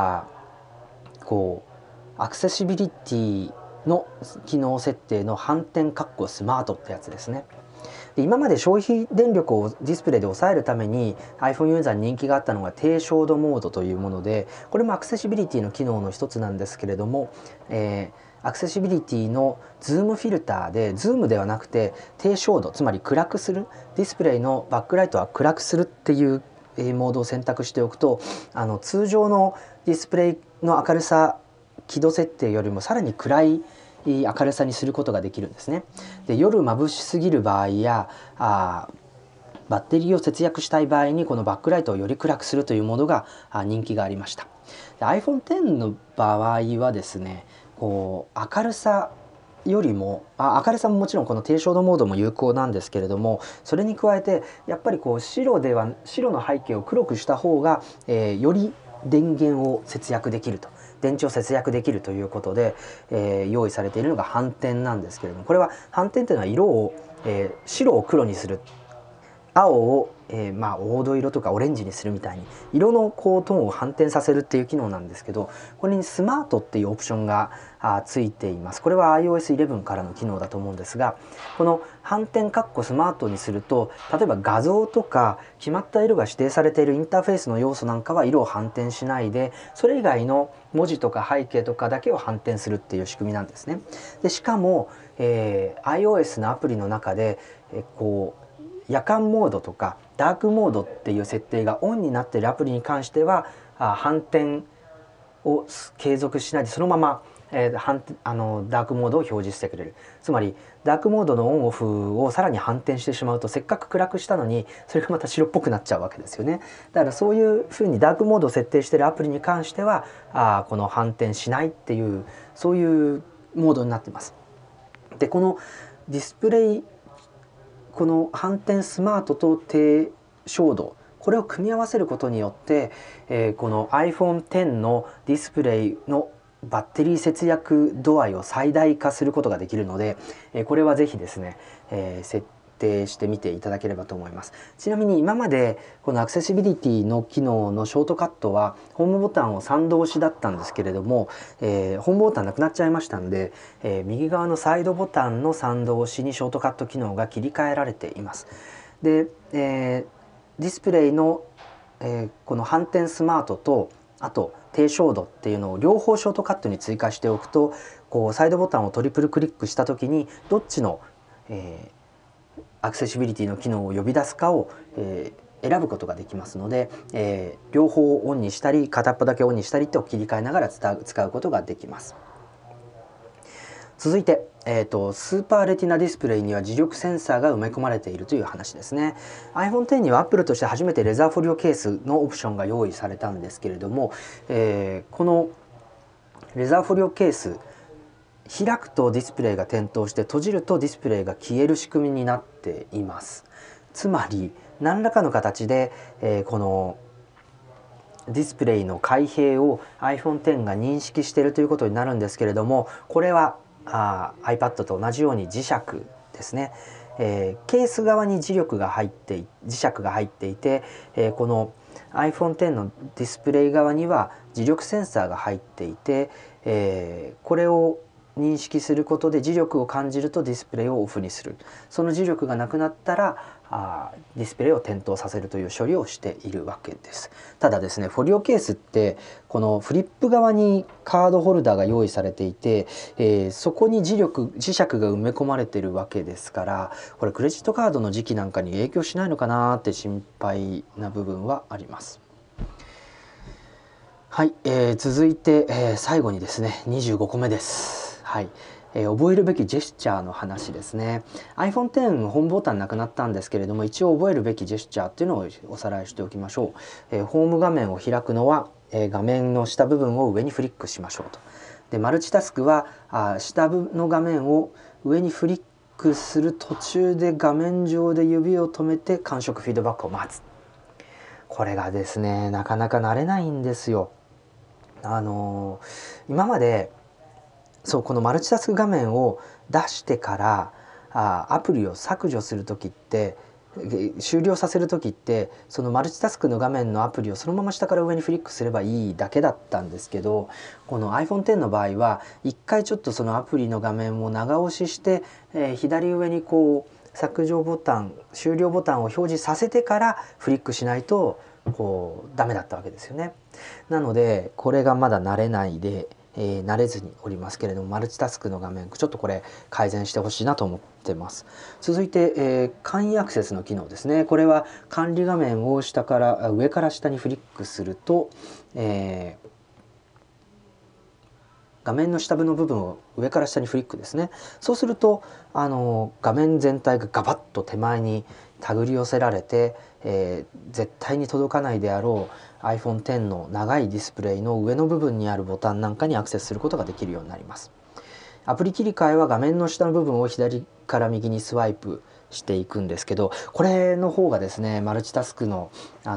アクセシビリティの機能設定の反転スマートってやつですね。で今まで消費電力をディスプレイで抑えるために iPhone ユーザーに人気があったのが低照度モードというもので、これもアクセシビリティの機能の一つなんですけれども、アクセシビリティのズームフィルターでズームではなくて低照度、つまり暗くする、ディスプレイのバックライトは暗くするっていうモードを選択しておくと通常のディスプレイの明るさ輝度設定よりもさらに暗い明るさにすることができるんですね。で夜眩しすぎる場合やバッテリーを節約したい場合にこのバックライトをより暗くするというモードが人気がありました。で iPhone X の場合はですね、明るさよりも明るさももちろんこの低照度モードも有効なんですけれども、それに加えてやっぱり白の背景を黒くした方が、より電源を節約できると、電池を節約できるということで、用意されているのが反転なんですけれども、これは反転というのは色を、白を黒にする、青を、黄土色とかオレンジにするみたいに色のトーンを反転させるっていう機能なんですけど、これにスマートっていうオプションがついています。これは iOS11 からの機能だと思うんですが、この反転スマートにすると、例えば画像とか決まった色が指定されているインターフェースの要素なんかは色を反転しないで、それ以外の文字とか背景とかだけを反転するっていう仕組みなんですね。でしかも、iOS のアプリの中で、夜間モードとかダークモードっていう設定がオンになっているアプリに関しては反転を継続しないでそのまま、ダークモードを表示してくれる。つまりダークモードのオンオフをさらに反転してしまうと、せっかく暗くしたのにそれがまた白っぽくなっちゃうわけですよね。だからそういうふうにダークモードを設定しているアプリに関してはこの反転しないっていう、そういうモードになっています。でこのディスプレイ、この反転スマートと低照度、これを組み合わせることによって、この iPhone X のディスプレイのバッテリー節約度合いを最大化することができるので、これはぜひですね、設定してみていただければと思います。ちなみに今までこのアクセシビリティの機能のショートカットはホームボタンを3度押しだったんですけれども、ホームボタンなくなっちゃいましたんで、右側のサイドボタンの3度押しにショートカット機能が切り替えられています。で、ディスプレイの、この反転スマートとあと低照度っていうのを両方ショートカットに追加しておくと、こうサイドボタンをトリプルクリックした時にどっちの、アクセシビリティの機能を呼び出すかを、選ぶことができますので、両方オンにしたり片っぽだけオンにしたりと切り替えながら使うことができます。続いて、スーパーレティナディスプレイには磁力センサーが埋め込まれているという話ですね。 iPhone X には Apple として初めてレザーフォリオケースのオプションが用意されたんですけれども、このレザーフォリオケース、開くとディスプレイが点灯して閉じるとディスプレイが消える仕組みになっています。つまり何らかの形で、このディスプレイの開閉を iPhone X が認識しているということになるんですけれども、これはiPad と同じように磁石ですね、ケース側に磁石が入っていて、この iPhone X のディスプレイ側には磁力センサーが入っていて、これを認識することで磁力を感じるとディスプレイをオフにする、その磁力がなくなったらディスプレイを点灯させるという処理をしているわけです。ただですね、フォリオケースってこのフリップ側にカードホルダーが用意されていて、そこに磁石が埋め込まれているわけですから、これクレジットカードの時期なんかに影響しないのかなって心配な部分はあります。はい、続いて、最後にですね25個目です。はい、覚えるべきジェスチャーの話ですね。 iPhone X ホームボタンなくなったんですけれども、一応覚えるべきジェスチャーっていうのをおさらいしておきましょう。ホーム画面を開くのは、画面の下部分を上にフリックしましょうと。でマルチタスクは下の画面を上にフリックする途中で画面上で指を止めて感触フィードバックを待つ。これがですねなかなか慣れないんですよ。今までこのマルチタスク画面を出してからアプリを削除する時って、終了させる時って、そのマルチタスクの画面のアプリをそのまま下から上にフリックすればいいだけだったんですけど、この iPhone X の場合は一回ちょっとそのアプリの画面を長押しして、左上にこう削除ボタン、終了ボタンを表示させてからフリックしないとダメだったわけですよね。なのでこれがまだ慣れないで、慣れずにおりますけれども、マルチタスクの画面ちょっとこれ改善してほしいなと思ってます。続いて、簡易アクセスの機能ですね。これは管理画面を上から下にフリックすると、画面の下部の部分を上から下にフリックですね。そうすると画面全体がガバッと手前に手繰り寄せられて、絶対に届かないであろう iPhone X の長いディスプレイの上の部分にあるボタンなんかにアクセスすることができるようになります。アプリ切り替えは画面の下の部分を左から右にスワイプしていくんですけど、これの方がですねマルチタスクの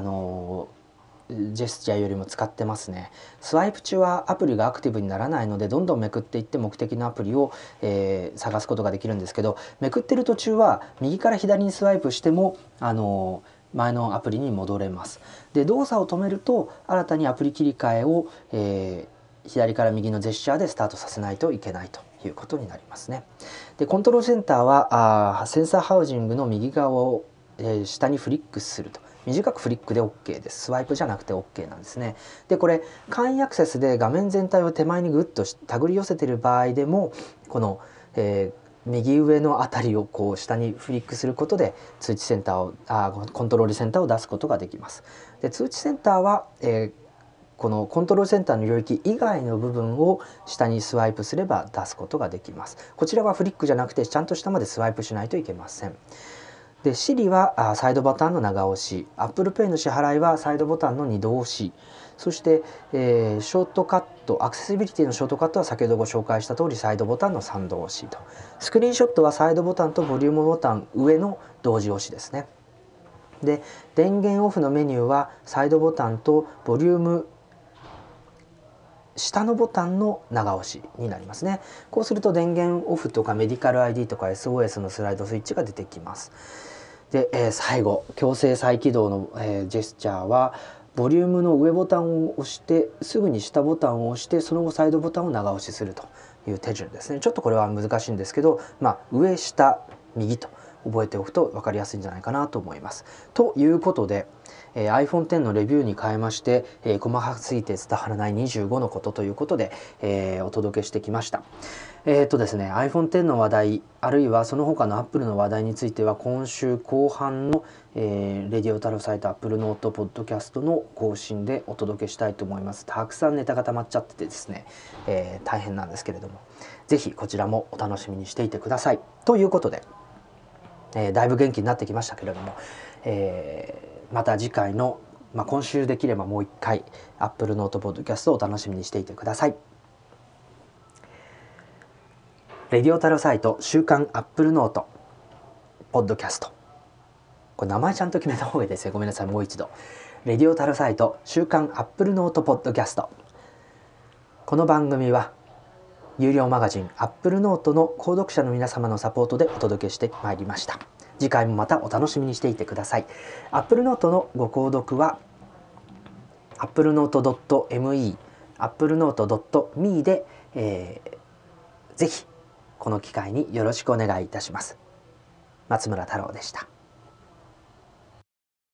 ジェスチャーよりも使ってますね。スワイプ中はアプリがアクティブにならないのでどんどんめくっていって目的のアプリを、探すことができるんですけど、めくってる途中は右から左にスワイプしても前のアプリに戻れます。で動作を止めると新たにアプリ切り替えを、左から右のジェスチャーでスタートさせないといけないということになりますね。でコントロールセンターはセンサーハウジングの右側を、下にフリックすると。短くフリックで OK です。スワイプじゃなくて OK なんですね。でこれ簡易アクセスで画面全体を手前にグッと手繰り寄せている場合でもこの、右上のあたりをこう下にフリックすることで通知センターをコントロールセンターを出すことができます。で通知センターは、このコントロールセンターの領域以外の部分を下にスワイプすれば出すことができます。こちらはフリックじゃなくてちゃんと下までスワイプしないといけません。で Siri はサイドボタンの長押し、 Apple Pay の支払いはサイドボタンの2度押し、そして、ショートカット、アクセシビリティのショートカットは先ほどご紹介した通りサイドボタンの3度押しと、スクリーンショットはサイドボタンとボリュームボタン上の同時押しですね。で電源オフのメニューはサイドボタンとボリューム下のボタンの長押しになりますね。こうすると電源オフとかメディカル ID とか SOS のスライドスイッチが出てきます。で、最後強制再起動の、ジェスチャーはボリュームの上ボタンを押してすぐに下ボタンを押してその後サイドボタンを長押しするという手順ですね。ちょっとこれは難しいんですけど、上下右と覚えておくと分かりやすいんじゃないかなと思います。ということで、iPhone X のレビューに変えまして、細かすぎて伝わらない25のことということで、お届けしてきました。ですね、iPhone X の話題、あるいはその他の Apple の話題については今週後半の、レディオタルサイト Apple Note ポッドキャストの更新でお届けしたいと思います。たくさんネタが溜まっちゃっててですね、大変なんですけれども、ぜひこちらもお楽しみにしていてください。ということで、だいぶ元気になってきましたけれども、また次回の、今週できればもう一回 Apple Note ポッドキャストをお楽しみにしていてください。レディオタルサイト週刊 Apple Note ポッドキャスト、これ名前ちゃんと決めた方がいいですね。ごめんなさい、もう一度。レディオタルサイト週刊 Apple Note ポッドキャスト、この番組は有料マガジン Apple Note の購読者の皆様のサポートでお届けしてまいりました。次回もまたお楽しみにしていてください。Apple Note のご購読は applenote.me applenote.me で、ぜひこの機会によろしくお願いいたします。松村太郎でした。